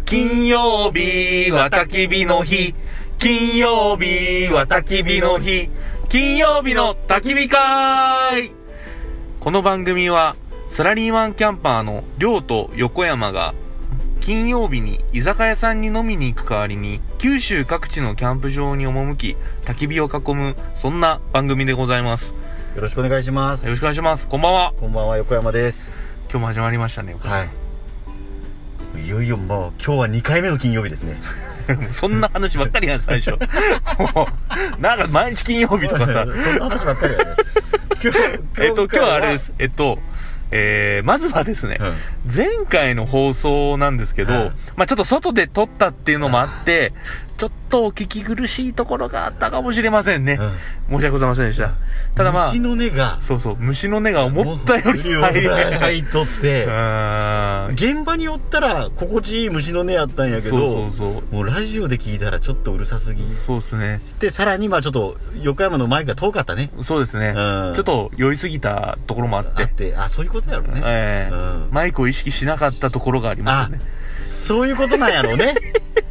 金曜日は焚き火の日。金曜日は焚き火の日。金曜日の焚き火会。この番組はサラリーマンキャンパーの亮と横山が金曜日に居酒屋さんに飲みに行く代わりに九州各地のキャンプ場に赴き焚き火を囲む、そんな番組でございます。 よろしくお願いします。 よろしくお願いします。こんばんは。 こんばんは、横山です。 今日も始まりましたね、横山さん。 はい。いよいよもう今日は2回目の金曜日ですね。 そんな話ばっかりやん、最初。もうなんか毎日金曜日とかさ。 そんな話ばっかりやね。 今日はあれです。まずはですね、前回の放送なんですけど、まあちょっと外で撮ったっていうのもあって、ちょっとお聞き苦しいところがあったかもしれませんね。申し訳ございませんでした。ただまあ、 虫の音が、 虫の音が思ったより入っとって、現場におったら心地いい虫の音やったんやけど、もうラジオで聞いたらちょっとうるさすぎ。 そうですね。 で、さらにまあちょっと横山のマイクが遠かったね。 そうですね。ちょっと酔いすぎたところもあって。 そういうことやろうね。 マイクを意識しなかったところがありますよね。 そういうことなんやろうね。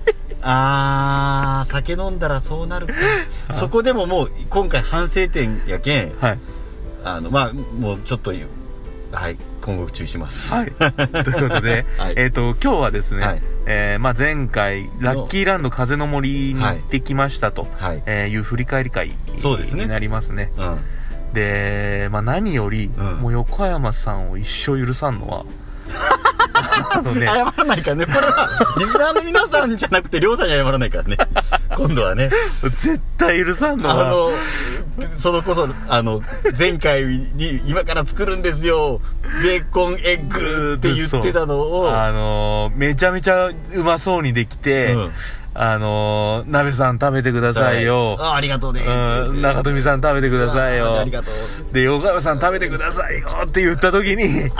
酒飲んだらそうなるか。そこでももう今回反省点やけん、まあもうちょっと今後注意します。ということで、今日はですね、まあ前回ラッキーランド風の森に行ってきましたという振り返り会になりますね。で、まあ何よりもう横山さんを一生許さんのは。 謝らないからね。これはリスナーの皆さんじゃなくて亮さんに謝らないからね。今度はね、 絶対許さんのはそのこそ前回に今から作るんですよベーコンエッグって言ってたのをめちゃめちゃうまそうにできて、鍋さん食べてくださいよ。 ありがとうね。 中富さん食べてくださいよ。 ありがとう。 で、横山さん食べてくださいよって言った時に、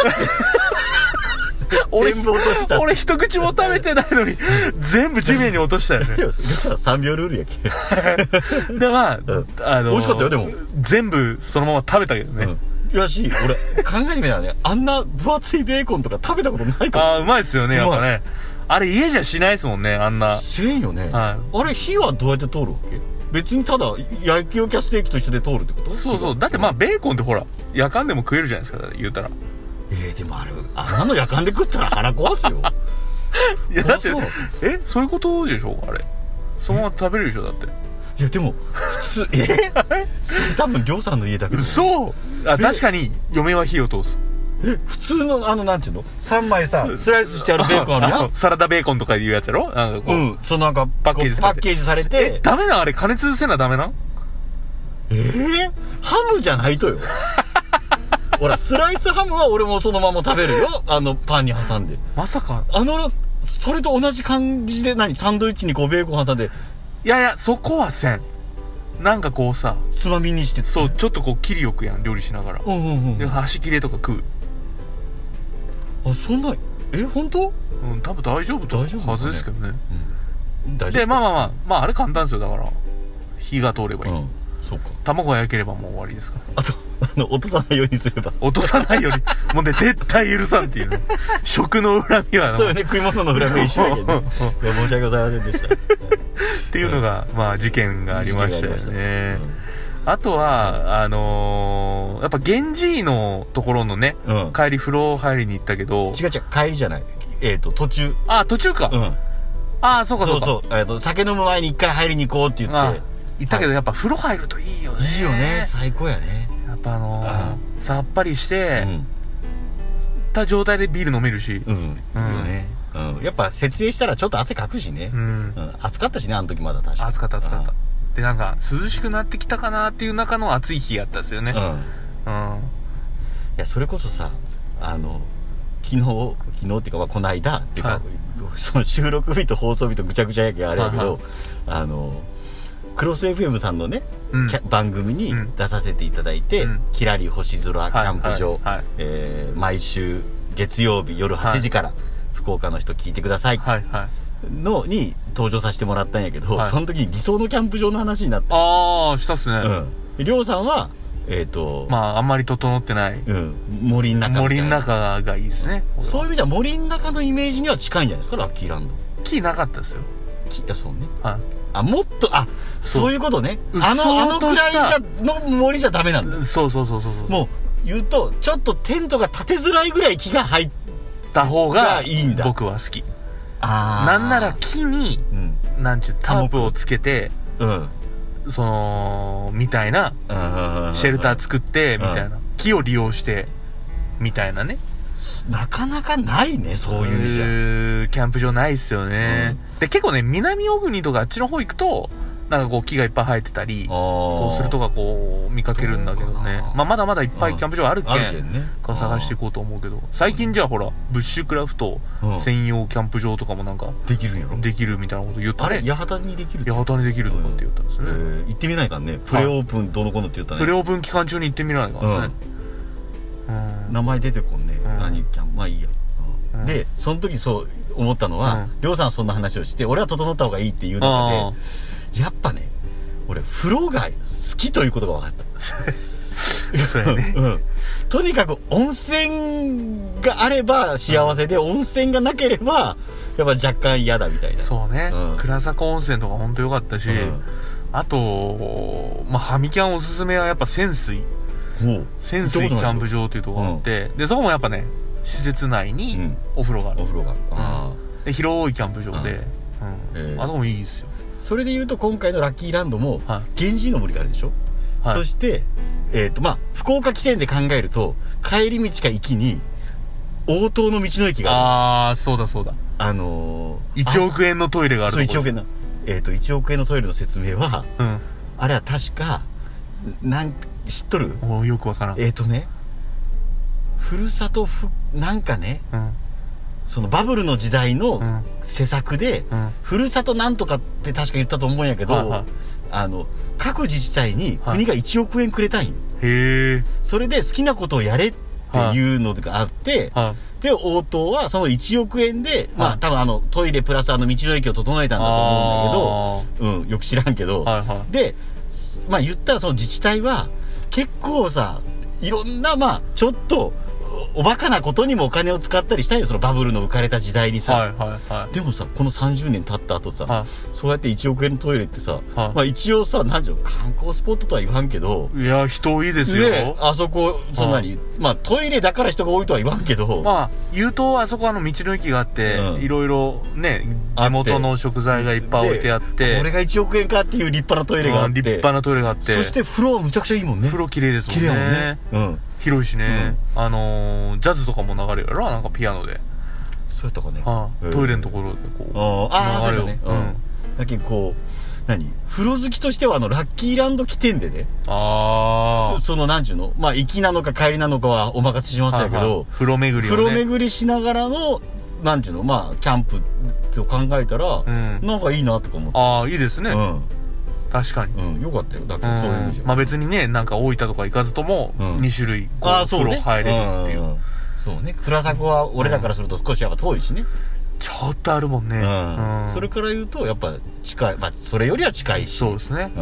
俺一口も食べてないのに全部地面に落としたよね。 3秒ルールやけ。 で、まあ、 美味しかったよ。でも全部そのまま食べたけどね。 よし、俺考えてみたらね、あんな分厚いベーコンとか食べたことないから。 うまいっすよね、やっぱね。あれ家じゃしないですもんね、あんな。 せんよね。あれ火はどうやって通るわけ？別にただ焼き置きやステーキと一緒で通るってこと？ そう。だってまあベーコンってほら夜間でも食えるじゃないですか、言うたら。 でもあんなの夜間で食ったら腹壊すよ。 いやだってそういうことでしょあれ。そのまま食べれるでしょだって。 いやでも普通それ多分亮さんの家だけど。 そう。確かに嫁は火を通す。 普通のなんていうの3枚さスライスしてあるベーコンあるやん。 サラダベーコンとかいうやつやろ。なんかこうそうなんかパッケージされて。 ダメなあれ加熱せなダメな。 ハムじゃないとよ。ほらスライスハムは俺もそのまま食べるよ。パンに挟んで。 まさかそれと同じ感じでサンドイッチにこうベーコン挟んで。 いやそこはせん。なんかこうさつまみにして。 そうちょっとこう切りよくやん料理しながら。で端切れとか食う。 そんな本当？ 多分大丈夫とはずですけどね。でまああれ簡単ですよ。だから火が通ればいい。そうか。卵が焼ければもう終わりですから。 あと落とさないようにすれば。 落とさないようにもうね絶対許さんっていうね。食の恨みはそうよね。食い物の恨みは一緒やけどね。申し訳ございませんでした。 っていうのがまあ事件がありましたよね。あとはやっぱ源氏のところのね、帰り風呂入りに行ったけど。 違う帰りじゃない。途中。 途中か。そうか。 そう酒飲む前に一回入りに行こうって言って行ったけど、やっぱ風呂入るといいよね。 いいよね。最高やね。 やっぱさっぱりしてた状態でビール飲めるし。やっぱ設営したらちょっと汗かくしね。暑かったしね、あの時まだ確かに。 暑かった。でなんか涼しくなってきたかなっていう中の暑い日やったですよね。いやそれこそさ昨日っていうかこの間っていうか、その収録日と放送日とぐちゃぐちゃやけあれやけど、クロス FM さんのね、番組に出させていただいて、キラリ星空キャンプ場、毎週月曜日夜8時から福岡の人聞いてくださいに登場させてもらったんやけど、その時に理想のキャンプ場の話になって。 したっすね。 りょうさんはまああんまり整ってない、 森の中みたいな。 森の中がいいですね。 そういう意味じゃ森の中のイメージには近いんじゃないですか、ラッキーランド。 木なかったですよ。 いや、そうね。 はい。 もっと、そういうことね。あのくらいの森じゃダメなんだ。 そう。 もう、言うと、ちょっとテントが立てづらいぐらい木が入った方がいいんだ。 僕は好き。なんなら木に、タープをつけて、みたいな、シェルター作って、みたいな。木を利用して、みたいなね。 なかなかないね、そういう意味じゃ。 キャンプ場ないっすよね。で、結構ね、南小国とかあっちの方行くと、なんかこう木がいっぱい生えてたり、こうするとかこう見かけるんだけどね。まあまだまだいっぱいキャンプ場あるけん、探していこうと思うけど、最近じゃあほら、ブッシュクラフト専用キャンプ場とかもなんか、 できるんやろ？ できるみたいなこと言ったね。 八幡にできる？ 八幡にできるとかって言ったんですね。 行ってみないかんね。プレオープンどのこのって言ったね。 プレオープン期間中に行ってみないかんですね。 名前出てこんね。何キャン、まあいいや。で、その時そう思ったのは、りょうさんはそんな話をして、俺は整った方がいいっていう中で、やっぱね、俺風呂が好きということが分かったそうやね、 とにかく温泉があれば幸せで、温泉がなければやっぱ若干嫌だみたいな。 そうね、倉坂温泉とか本当良かったし、あとまあハミキャンおすすめはやっぱ泉水キャンプ場っていうところがあって、でそこもやっぱね施設内にお風呂がある。で広いキャンプ場で、あそこもいいですよ。 それでいうと今回のラッキーランドも源氏の森があるでしょ、そしてまあ福岡起点で考えると帰り道か行きに応答の道の駅がある。 そうだ1億円のトイレがあるところ。 そう、1億円の1億円のトイレの説明は、あれは確か知っとる？ よくわからん。 ふるさとなんかね、そのバブルの時代の施策で、ふるさとなんとかって確か言ったと思うんやけど、各自治体に国が1億円くれたんよ。それで好きなことをやれっていうのがあって、で応答はその1億円で、まあ多分トイレプラス道の駅を整えたんだと思うんだけど、よく知らんけど、でまあ言ったらその自治体は結構さ、いろんなまあちょっとおバカなことにもお金を使ったりしたいよ、そのバブルの浮かれた時代にさ。でもさ、この30年経った後さ、そうやって1億円のトイレってさ、まあ一応さ、なんていうの、観光スポットとは言わんけど、 いや人多いですよ。 あそこそんなに、まあトイレだから人が多いとは言わんけど、 まあ言うとあそこ道の駅があって、いろいろね地元の食材がいっぱい置いてあって、 これが1億円かっていう立派なトイレがあって、 立派なトイレがあって、 そして風呂はむちゃくちゃいいもんね。 風呂綺麗ですもんね。広いしね、ジャズとかも流れるやろ、なんかピアノで。 そうやったかね。 トイレのところでこう流れるね。だけどこう風呂好きとしてはラッキーランド起点でね、そのなんちゅうの、まあ行きなのか帰りなのかはお任せしますやけど、 風呂巡りをね、 風呂巡りしながらのなんちゅうの、まあキャンプと考えたら、なんかいいなとか思って。 いいですね。確かに。 よかったよ。だからそういう意味じゃ。 まあ別にね、なんか大分とか行かずとも、2種類、風呂入れるっていう。 そうね。倉迫は俺らからすると少しやっぱ遠いしね。 ちょっとあるもんね。 それから言うと、やっぱ近い。まあそれよりは近いし。 そうですね。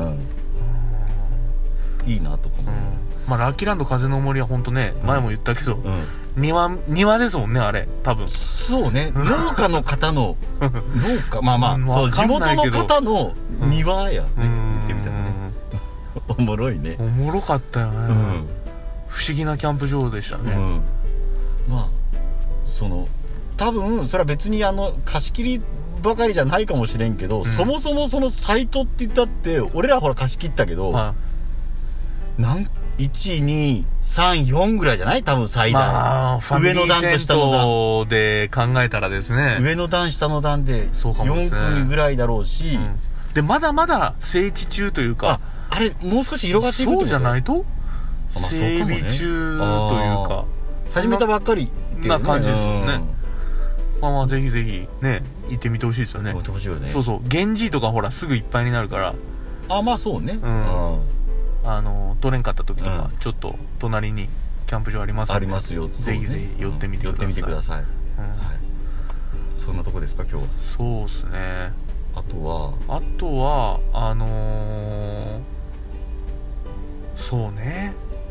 いいなとかも。 まあラッキーランド風の森はほんとね、前も言ったけど、庭ですもんね、あれ、多分。 そうね。農家の方の、まあまあ、そう、地元の方の庭やね。言ってみたらね。おもろいね。 おもろかったよね。不思議なキャンプ場でしたね。 まあ、多分、それは別に貸し切りばかりじゃないかもしれんけど、そもそもそのサイトって言ったって、俺らほら貸し切ったけど、1、2、3、4ぐらいじゃない？多分最大。上の段と下の段で考えたらですね。 上の段、下の段で4組ぐらいだろうし。 で、まだまだ整地中というか。 あれ、もう少し広がっていくってこと？ そうじゃないと整備中というか。 始めたばっかりな感じですよね。まあまあ、ぜひぜひね、行ってみてほしいですよね。 行ってほしいよね。 そうそう。源氏とかほら、すぐいっぱいになるから。 まあそうね。 取れんかった時とか、ちょっと隣にキャンプ場ありますありますよ。 ぜひぜひ寄ってみてください。 寄ってみてください。そんなとこですか、今日は。 そうっすね。 あとはそうね。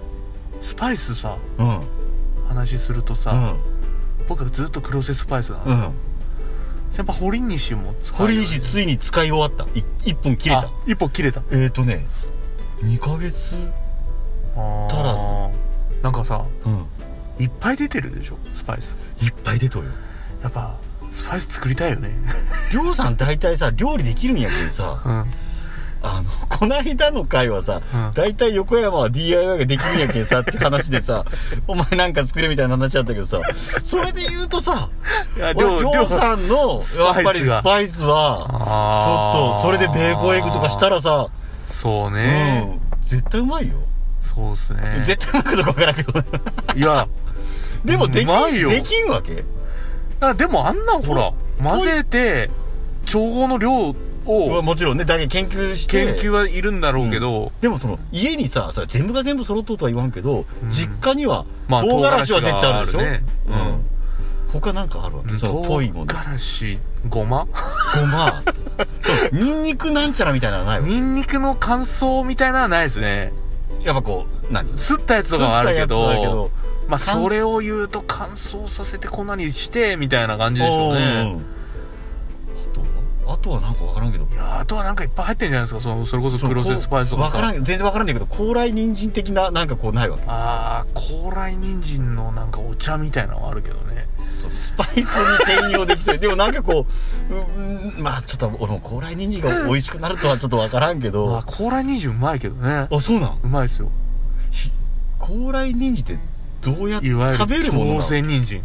スパイスさ、 うん話するとさ、 うん僕はずっと黒瀬スパイスなんですよ、 うん。 やっぱ堀西も使える、 堀西ついに使い終わった。一本切れた。 一本切れた。 2ヶ月足らず。 なんかさ、 うんいっぱい出てるでしょスパイス。 いっぱい出とるよ。 やっぱスパイス作りたいよね。 りょうさん大体さ料理できるんやけどさ、 うんこないだの回はさ、 うん大体横山は DIY ができるんやけんさって話でさお前なんか作れみたいな話だったけどさ、それで言うとさ、 いやりょうさんのやっぱりスパイスはちょっとそれでベーコンエッグとかしたらさ、 そうね、 絶対うまいよ。 そうっすね。 絶対うまくどこかわからんけどいやでもうまいよできんわけ。 でもあんなんほら混ぜて調合の量をもちろんね、だけ研究して研究はいるんだろうけど、 でもその家にさ、それ全部が全部揃っとうとは言わんけど、実家にはまあ唐辛子は絶対あるでしょ、 唐辛子があるね。 他なんかあるわけ、そのぽいもの。 唐辛子、ごまごまニンニクなんちゃらみたいなのないわけ。 ニンニクの乾燥みたいなのはないですね。 やっぱこう何すったやつとかはあるけすったやつはあるけどど、 まあそれを言うと乾燥させて粉にしてみたいな感じでしょうね。 あとはなんかわからんけど、 いやあとはなんかいっぱい入ってんじゃないですか。それこそ黒瀬スパイスとかさ。 わからん、全然わからんねんけど、高麗人参的ななんかこうないわけ。 高麗人参のなんかお茶みたいなのはあるけどね。 そうスパイスに転用できそうでもなんかこう、まあちょっと俺も高麗人参が美味しくなるとはちょっとわからんけど、 高麗人参うまいけどね。 そうなん。 うまいですよ。 高麗人参ってどうやっていわゆる食べるものなの？ 朝鮮人参。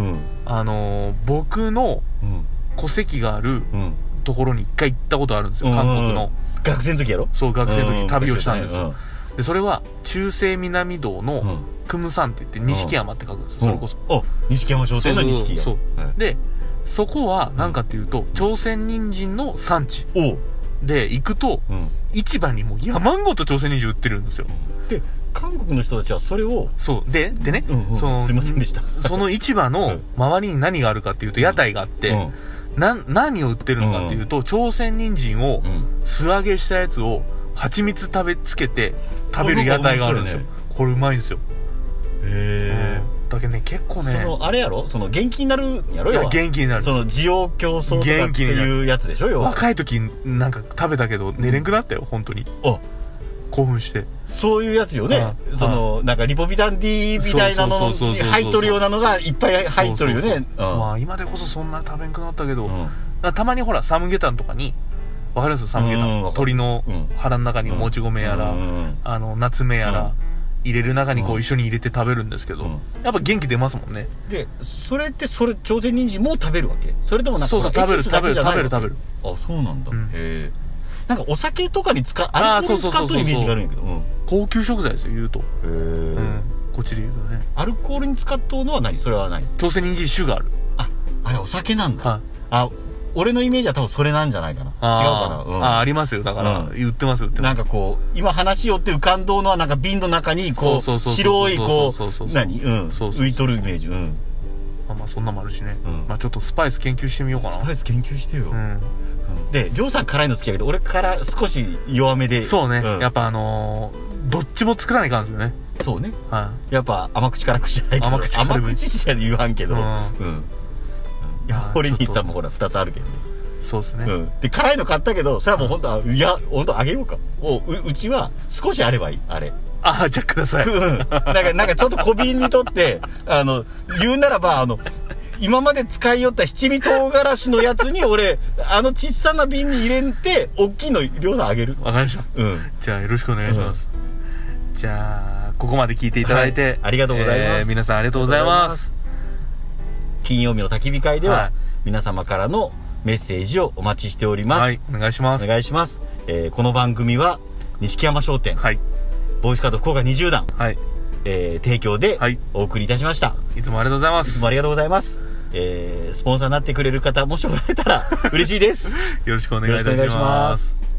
僕の戸籍があるところに一回行ったことあるんですよ、韓国の。 学生の時やろ？ そう、学生の時旅をしたんですよ。で、それは中西南道のクムサンって言って錦山って書くんですよ、それこそ。 錦山商店の錦山。 そう。で、そこは何かっていうと、朝鮮人参の産地で行くと、市場にもう山んごと朝鮮人参売ってるんですよ。 で、韓国の人たちはそれを、 そう。でね、 すいませんでした。 その市場の周りに何があるかっていうと、屋台があって、何を売ってるのかっていうと、朝鮮人参を素揚げしたやつを蜂蜜つけて食べる屋台があるんですよ。これうまいんですよ。だけどね、結構ね、 あれやろ、その元気になるやろ。 いや元気になる。 その需要競争とかっていうやつでしょ。要は若い時なんか食べたけど寝れんくなったよ、本当に。興奮して。 そういうやつよね。そのなんかリポビタン D みたいなのに入っとるようなのがいっぱい入っとるよね。 まあ今でこそそんな食べんくなったけど、たまにほらサムゲタンとかに、わかります？サムゲタン、鶏の腹の中にもち米やら夏目やら入れる中にこう一緒に入れて食べるんですけど、やっぱ元気出ますもんね。 で、それって朝鮮人参も食べるわけ？それともなんかそう食べる。 そうなんだ。へえ。なんかお酒とかにアルコール使っとるイメージがあるんやけど、 高級食材ですよ、言うと。こっちで言うとね。 アルコールに使っとるのは何？それは何？ 朝鮮人参酒がある。 あれお酒なんだ。俺のイメージは多分それなんじゃないかな。違うかな。 ありますよ。だから売ってます。 なんかこう今話よって浮かんどうのはなんか瓶の中にこう白いこう浮いとるイメージ。 まあそんなもあるしね。まあちょっとスパイス研究してみようかな。 スパイス研究してよ。で、りょうさん辛いの好きやけど、俺から少し弱めで。 そうね。やっぱどっちも作らないかんですよね。 そうね。やっぱ甘口辛口じゃないけど。甘口じゃ言わんけど。堀西さんもほら2つあるけどね。 そうですね。 で、辛いの買ったけど、それはもう本当あげようか。うちは少しあればいい、あれ。 じゃあください。 なんかちょっと小瓶にとって、言うならば、今まで使いよった七味唐辛子のやつに俺、小さな瓶に入れて、大きいの量産あげる。 わかりました。じゃあよろしくお願いします。じゃあ、ここまで聞いていただいて、 ありがとうございます。 皆さんありがとうございます。 金曜日の焚き火会では、皆様からのメッセージをお待ちしております。 はい、お願いします。 お願いします。この番組は、錦山商店、ボーイスカート福岡20段、提供でお送りいたしました。 いつもありがとうございます。 いつもありがとうございます。スポンサーになってくれる方、もしおられたら嬉しいです。 よろしくお願いいたします。